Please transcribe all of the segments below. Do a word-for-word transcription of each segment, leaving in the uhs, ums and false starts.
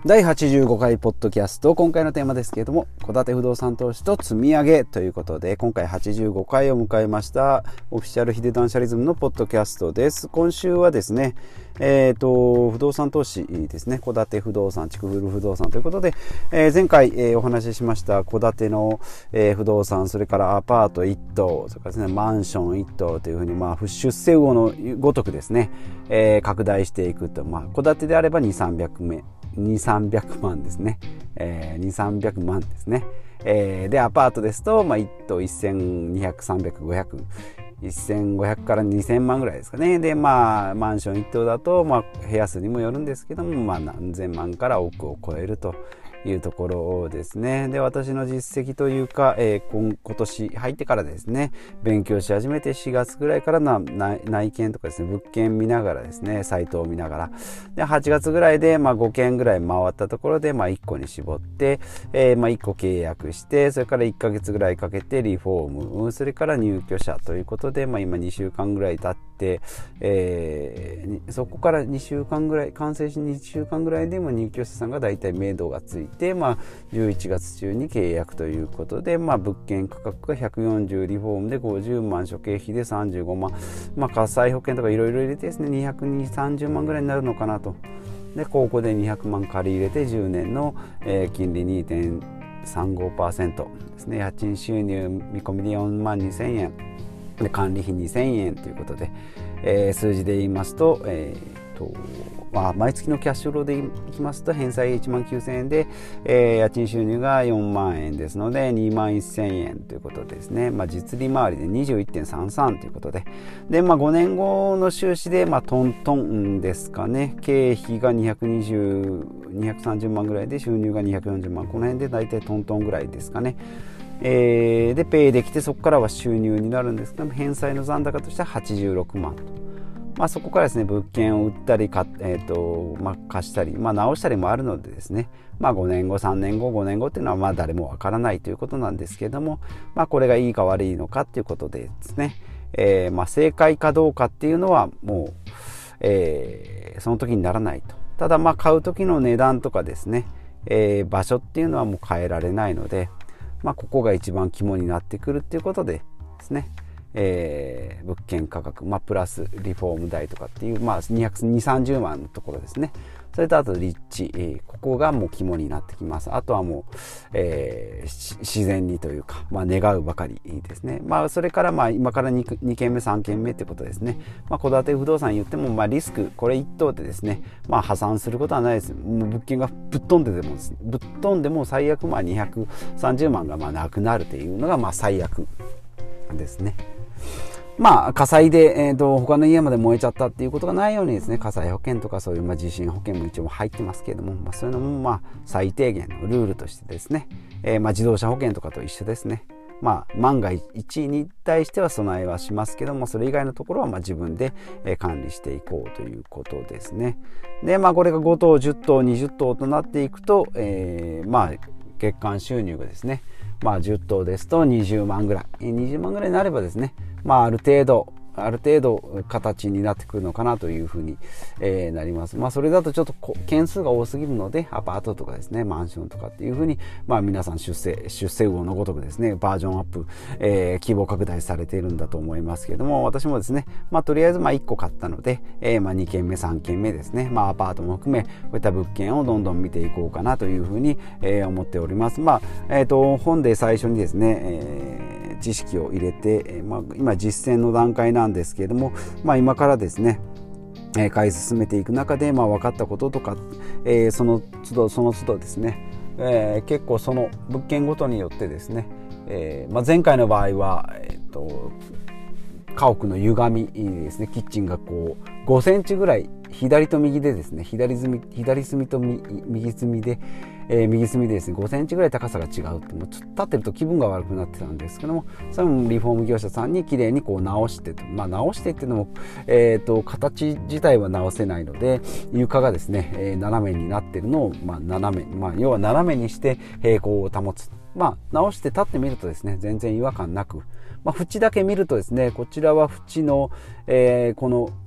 だいはちじゅうごかいポッドキャスト、今回のテーマですけれども、戸建て不動産投資と積み上げということで、今回はちじゅうごかいを迎えましたオフィシャルヒデダンシャリズムのポッドキャストです。今週はですね、えーと不動産投資ですね、戸建て不動産、築古不動産ということで、えー、前回、えー、お話ししました戸建ての、えー、不動産、それからアパートいっ棟、それからですねマンションいっ棟というふうに、まあ出世魚のごとくですね、えー、拡大していくと、まあ戸建てであればにせんさんびゃくめにせんさんびゃくまんですね、えー、にせんさんびゃくまんですね、えー、でアパートですと、まあ、いっ棟せんにひゃく、さんびゃく、ごひゃく、せんごひゃくからにせんまんぐらいですかね。でまあマンションいっ棟だと、まあ、部屋数にもよるんですけども、まあ、何千万から億を超えるというところですね。で私の実績というか、えー、今, 今年入ってからですね勉強し始めてしがつぐらいからな内見とかですね物件見ながらですねサイトを見ながらではちがつぐらいで、まあ、ごけんぐらい回ったところで、まあ、いっこに絞って、えーまあ、いっこ契約してそれからいっかげつぐらいかけてリフォームそれから入居者ということで、まあ、今にしゅうかんぐらい経って、えー、そこからにしゅうかんぐらい完成しにしゅうかんぐらいでも入居者さんがだいたい明度がついてでまあ、じゅういちがつ中に契約ということで、まあ、物件価格がひゃくよんじゅうリフォームでごじゅうまん諸経費でさんじゅうごまん、まあ、火災保険とかいろいろ入れてですねにひゃくさんじゅうまんぐらいになるのかなと。でここでにひゃくまん借り入れてじゅうねんの、えー、金利 にてんさんごパーセント ですね。家賃収入見込みでよんまんにせんえんで管理費にせんえんということで、えー、数字で言いますと、えーとまあ、毎月のキャッシュフローでいきますと返済いちまんきゅうせんえんで、えー、家賃収入がよんまんえんですのでにまんせんえんということですね、まあ、実利回りで にじゅういってんさんさん ということでで、まあ、ごねんごの収支で、まあ、トントンですかね経費がにひゃくにじゅう、にひゃくさんじゅうまんぐらいで収入がにひゃくよんじゅうまんこの辺で大体トントンぐらいですかね。えー、でペイできてそこからは収入になるんですけど返済の残高としてははちじゅうろくまんと。まあ、そこからですね物件を売ったりか、えーとまあ、貸したり、まあ、直したりもあるのでですね、まあ、ごねんごさんねんごごねんごっていうのはまあ誰もわからないということなんですけれども、まあ、これがいいか悪いのかっていうことでですね、えーまあ、正解かどうかっていうのはもう、えー、その時にならないと。ただまあ買う時の値段とかですね、えー、場所っていうのはもう変えられないので、まあ、ここが一番肝になってくるっていうことでですねえー、物件価格、まあ、プラスリフォーム代とかっていう、まあ、にひゃくさんじゅうまんのところですね。それとあと立地、えー、ここがもう肝になってきます。あとはもう、えー、自然にというか、まあ、願うばかりですね。まあ、それからまあ今から 2, にけんめさんけんめってことですね。まあ、戸建て不動産言っても、まあ、リスクこれ一棟でですね、まあ、破産することはないです。もう物件がぶっ飛んででもぶっ飛んでも最悪まあにひゃくさんじゅうまんがまあなくなるというのがまあ最悪ですね。まあ火災で、えー、と他の家まで燃えちゃったっていうことがないようにですね火災保険とかそういう、まあ、地震保険も一応入ってますけれども、まあ、そういうのもまあ最低限のルールとしてですね、えー、まあ自動車保険とかと一緒ですね。まあ万が一に対しては備えはしますけどもそれ以外のところはまあ自分で管理していこうということですね。でまあこれがご棟じゅっ棟にじゅっ棟となっていくと、えー、まあ月間収入がですねまあじゅっ棟ですとにじゅうまんぐらいにじゅうまんぐらいになればですねまあある程度ある程度形になってくるのかなというふうに、えー、なります。まあそれだとちょっと件数が多すぎるのでアパートとかですねマンションとかっていうふうにまあ皆さん出世出世魚のごとくですねバージョンアップ、えー、規模拡大されているんだと思いますけれども私もですねまあとりあえずまあいっこ買ったので、えー、まあにけんめさんけんめですねまあアパートも含めこういった物件をどんどん見ていこうかなというふうに、えー、思っております。まあえっと本で最初にですね、えー知識を入れて、えーまあ、今実践の段階なんですけれども、まあ、今からですね、えー、買い進めていく中で、まあ、分かったこととか、えー、その都度その都度ですね、えー、結構その物件ごとによってですね、えーまあ、前回の場合は、えー、と家屋の歪みですねキッチンがこうごセンチぐらい左と右でですね左隅左隅と右隅で、えー、右隅でですねごセンチぐらい高さが違うってもうちょっと立ってると気分が悪くなってたんですけどもそれもリフォーム業者さんにきれいにこう直してまあ直してっていうのも、えー、と形自体は直せないので床がですね、えー、斜めになってるのを、まあ、斜め、まあ、要は斜めにして平行を保つ。まあ直して立ってみるとですね全然違和感なく、まあ、縁だけ見るとですねこちらは縁の、えー、この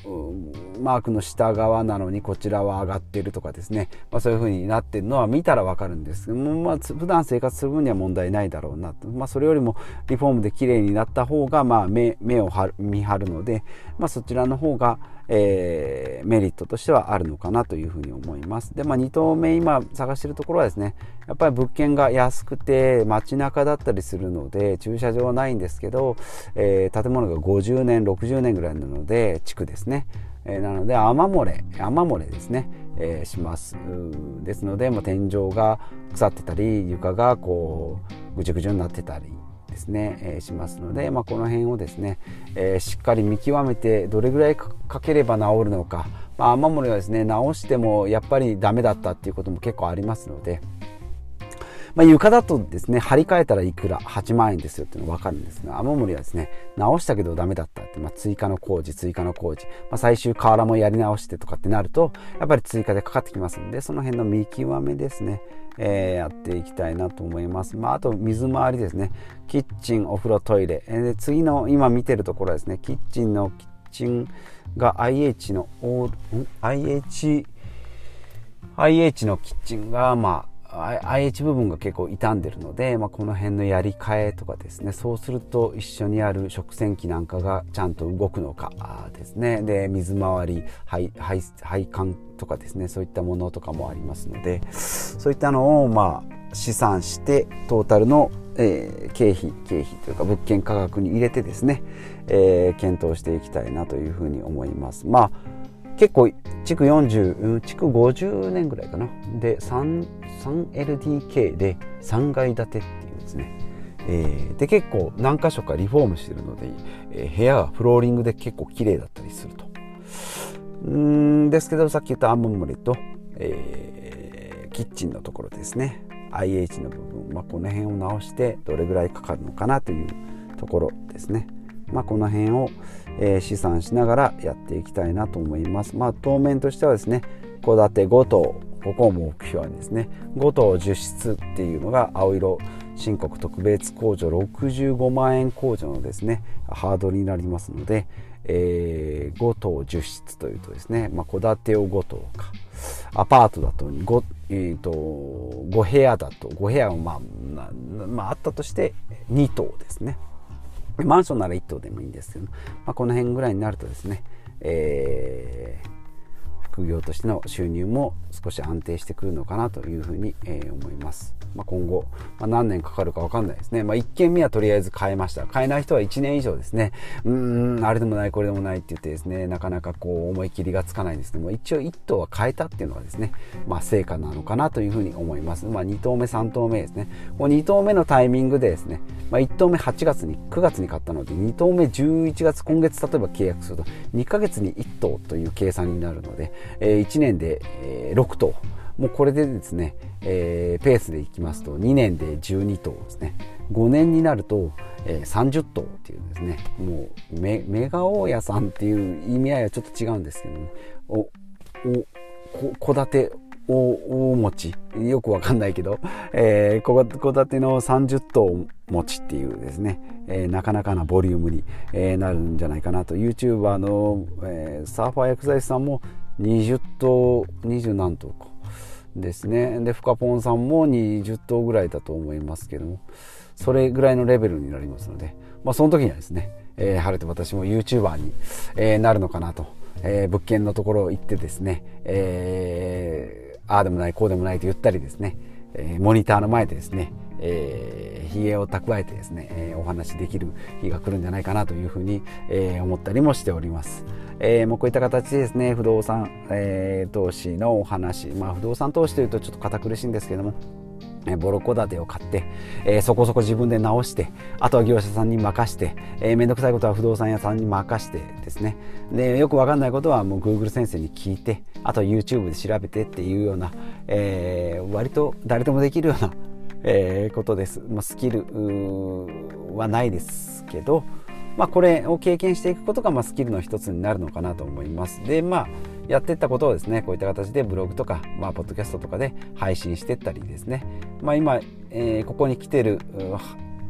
マークの下側なのにこちらは上がっているとかですね、まあ、そういう風になっているのは見たらわかるんですけども、まあ、普段生活する分には問題ないだろうなと、まあ、それよりもリフォームで綺麗になった方が、まあ、目, 目を見張るので、まあ、そちらの方が、えー、メリットとしてはあるのかなというふうに思います。で、まあ、に棟目今探しているところはですね、やっぱり物件が安くて街中だったりするので駐車場はないんですけど、えー、建物がごじゅうねんろくじゅうねんぐらいなので地区ですね、えー、なので雨漏れ雨漏れですね、えー、しますですので、まあ、天井が腐ってたり床がこうぐちゅぐちゅになってたりですね、えー、しますので、まあ、この辺をですね、えー、しっかり見極めてどれぐらいかければ治るのか、まあ、雨漏れはですね直してもやっぱりダメだったっていうことも結構ありますので、まあ、床だとですね張り替えたらいくらはちまんえんですよっていうのが分かるんですが、雨漏りはですね直したけどダメだったって、まあ、追加の工事追加の工事、まあ、最終瓦もやり直してとかってなるとやっぱり追加でかかってきますんで、その辺の見極めですね、えー、やっていきたいなと思います。まあ、あと水回りですね、キッチンお風呂トイレ、えー、で次の今見てるところはですね、キッチンのキッチンが アイエイチ の アイエイチ アイエイチ のキッチンがまあアイエイチ 部分が結構傷んでるので、まあ、この辺のやり替えとかですね、そうすると一緒にある食洗機なんかがちゃんと動くのかですね、で水回り 配, 配, 配管とかですね、そういったものとかもありますので、そういったのをまあ試算してトータルの、えー、経費経費というか物件価格に入れてですね、えー、検討していきたいなというふうに思います。まあ結構築よんじゅう、築ごじゅうねんぐらいかなで スリーエルディーケー でさんがい建てっていうですね、えー、で結構何箇所かリフォームしてるので、えー、部屋がフローリングで結構綺麗だったりするとうんですけど、さっき言った雨漏りと、えー、キッチンのところですね アイエイチ の部分、まあ、この辺を直してどれぐらいかかるのかなというところですね。まあ、この辺を、えー、試算しながらやっていきたいなと思います。まあ、当面としてはですね、戸建てご棟、ここを目標にですね、ご棟じゅっ室っていうのが青色申告特別控除ろくじゅうごまんえん控除のですねハードルになりますので、えー、ご棟じゅっ室というとですね、まあ、戸建てをご棟か、アパートだと 5,、えー、とご部屋だとご部屋がまあ、まあ、あったとしてに棟ですね。マンションならいっ棟でもいいんですけど、まあ、この辺ぐらいになるとですね、えー、副業としての収入も少し安定してくるのかなというふうに、えー、思います。まあ、今後、まあ、何年かかるか分かんないですね。まあ、いっけんめはとりあえず買えました。買えない人はいちねん以上ですね、うーんあれでもないこれでもないって言ってですね、なかなかこう思い切りがつかないんですけども、一応いっ棟は買えたっていうのはですね、まあ、成果なのかなというふうに思います。まあ、に棟目さん棟目ですね、こうに棟目のタイミングでですね、まあ、いっ棟目はちがつにくがつに買ったので、に棟目じゅういちがつ、今月例えば契約するとにかげつにいっ棟という計算になるので、えー、いちねんで、えー、ろく棟、もうこれでですね、えー、ペースでいきますとにねんでじゅうに棟ですね、ごねんになると、えー、さんじゅっ棟っていうですね、もう メ, メガ大家さんっていう意味合いはちょっと違うんですけども、おお戸建て大持ち、よくわかんないけど、えー、戸建てのさんじゅっ棟持ちっていうですね、えー、なかなかなボリュームに、えー、なるんじゃないかなと。 YouTuber の、えー、サーファー薬剤師さんもにじゅっ棟にじゅう何棟かですね。でフカポンさんもにじゅっ棟ぐらいだと思いますけども、それぐらいのレベルになりますので、まあ、その時にはですね、えー、晴れて私も YouTuber に、えー、なるのかなと、えー、物件のところ行ってですね、えー、ああでもないこうでもないと言ったりですね、えー、モニターの前でですね、えー、ひげを蓄えてですね、えー、お話できる日が来るんじゃないかなというふうに、えー、思ったりもしております。えー、もうこういった形でですね、不動産、えー、投資のお話、まあ不動産投資というとちょっと堅苦しいんですけども、えー、ボロ戸建てを買って、えー、そこそこ自分で直して、あとは業者さんに任して、えー、めんどくさいことは不動産屋さんに任してですね、でよくわかんないことはもう Google 先生に聞いて、あとは YouTube で調べてっていうような、えー、割と誰ともできるような、えー、ことです。まあ、スキルはないですけど、まあ、これを経験していくことがまあスキルの一つになるのかなと思います。でまあやっていったことをですね、こういった形でブログとか、まあ、ポッドキャストとかで配信していったりですね、まあ、今、えー、ここに来てる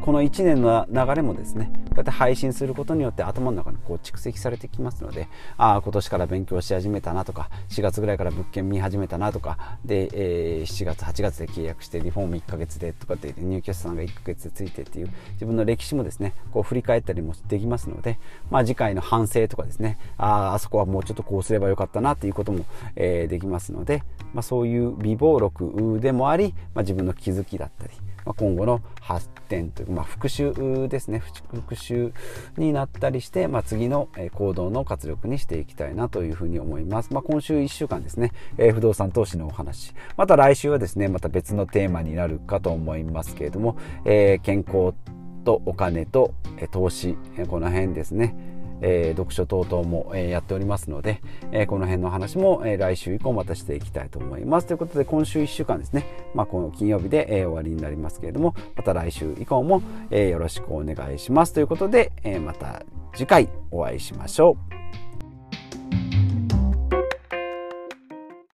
このいちねんの流れもですね、こうやって配信することによって頭の中にこう蓄積されてきますので、ああ今年から勉強し始めたなとか、しがつぐらいから物件見始めたなとかで、えー、しちがつはちがつで契約してリフォームいっかげつでとかって入居者さんがいっかげつでついてっていう自分の歴史もですねこう振り返ったりもできますので、まあ、次回の反省とかですね、ああそこはもうちょっとこうすればよかったなっていうことも、えー、できますので、まあ、そういう備忘録でもあり、まあ、自分の気づきだったり、まあ、今後の発展というか、まあ、復習ですね復習になったりして、まあ、次の行動の活力にしていきたいなというふうに思います。まあ、今週いっしゅうかんですね、えー、不動産投資のお話、また来週はですねまた別のテーマになるかと思いますけれども、えー、健康とお金と、えー、投資、えー、この辺ですね、えー、読書等々も、えー、やっておりますので、えー、この辺の話も、えー、来週以降またしていきたいと思います。ということで今週いっしゅうかんですね、まあ、この金曜日で、えー、終わりになりますけれども、また来週以降も、えー、よろしくお願いしますということで、えー、また次回お会いしましょう。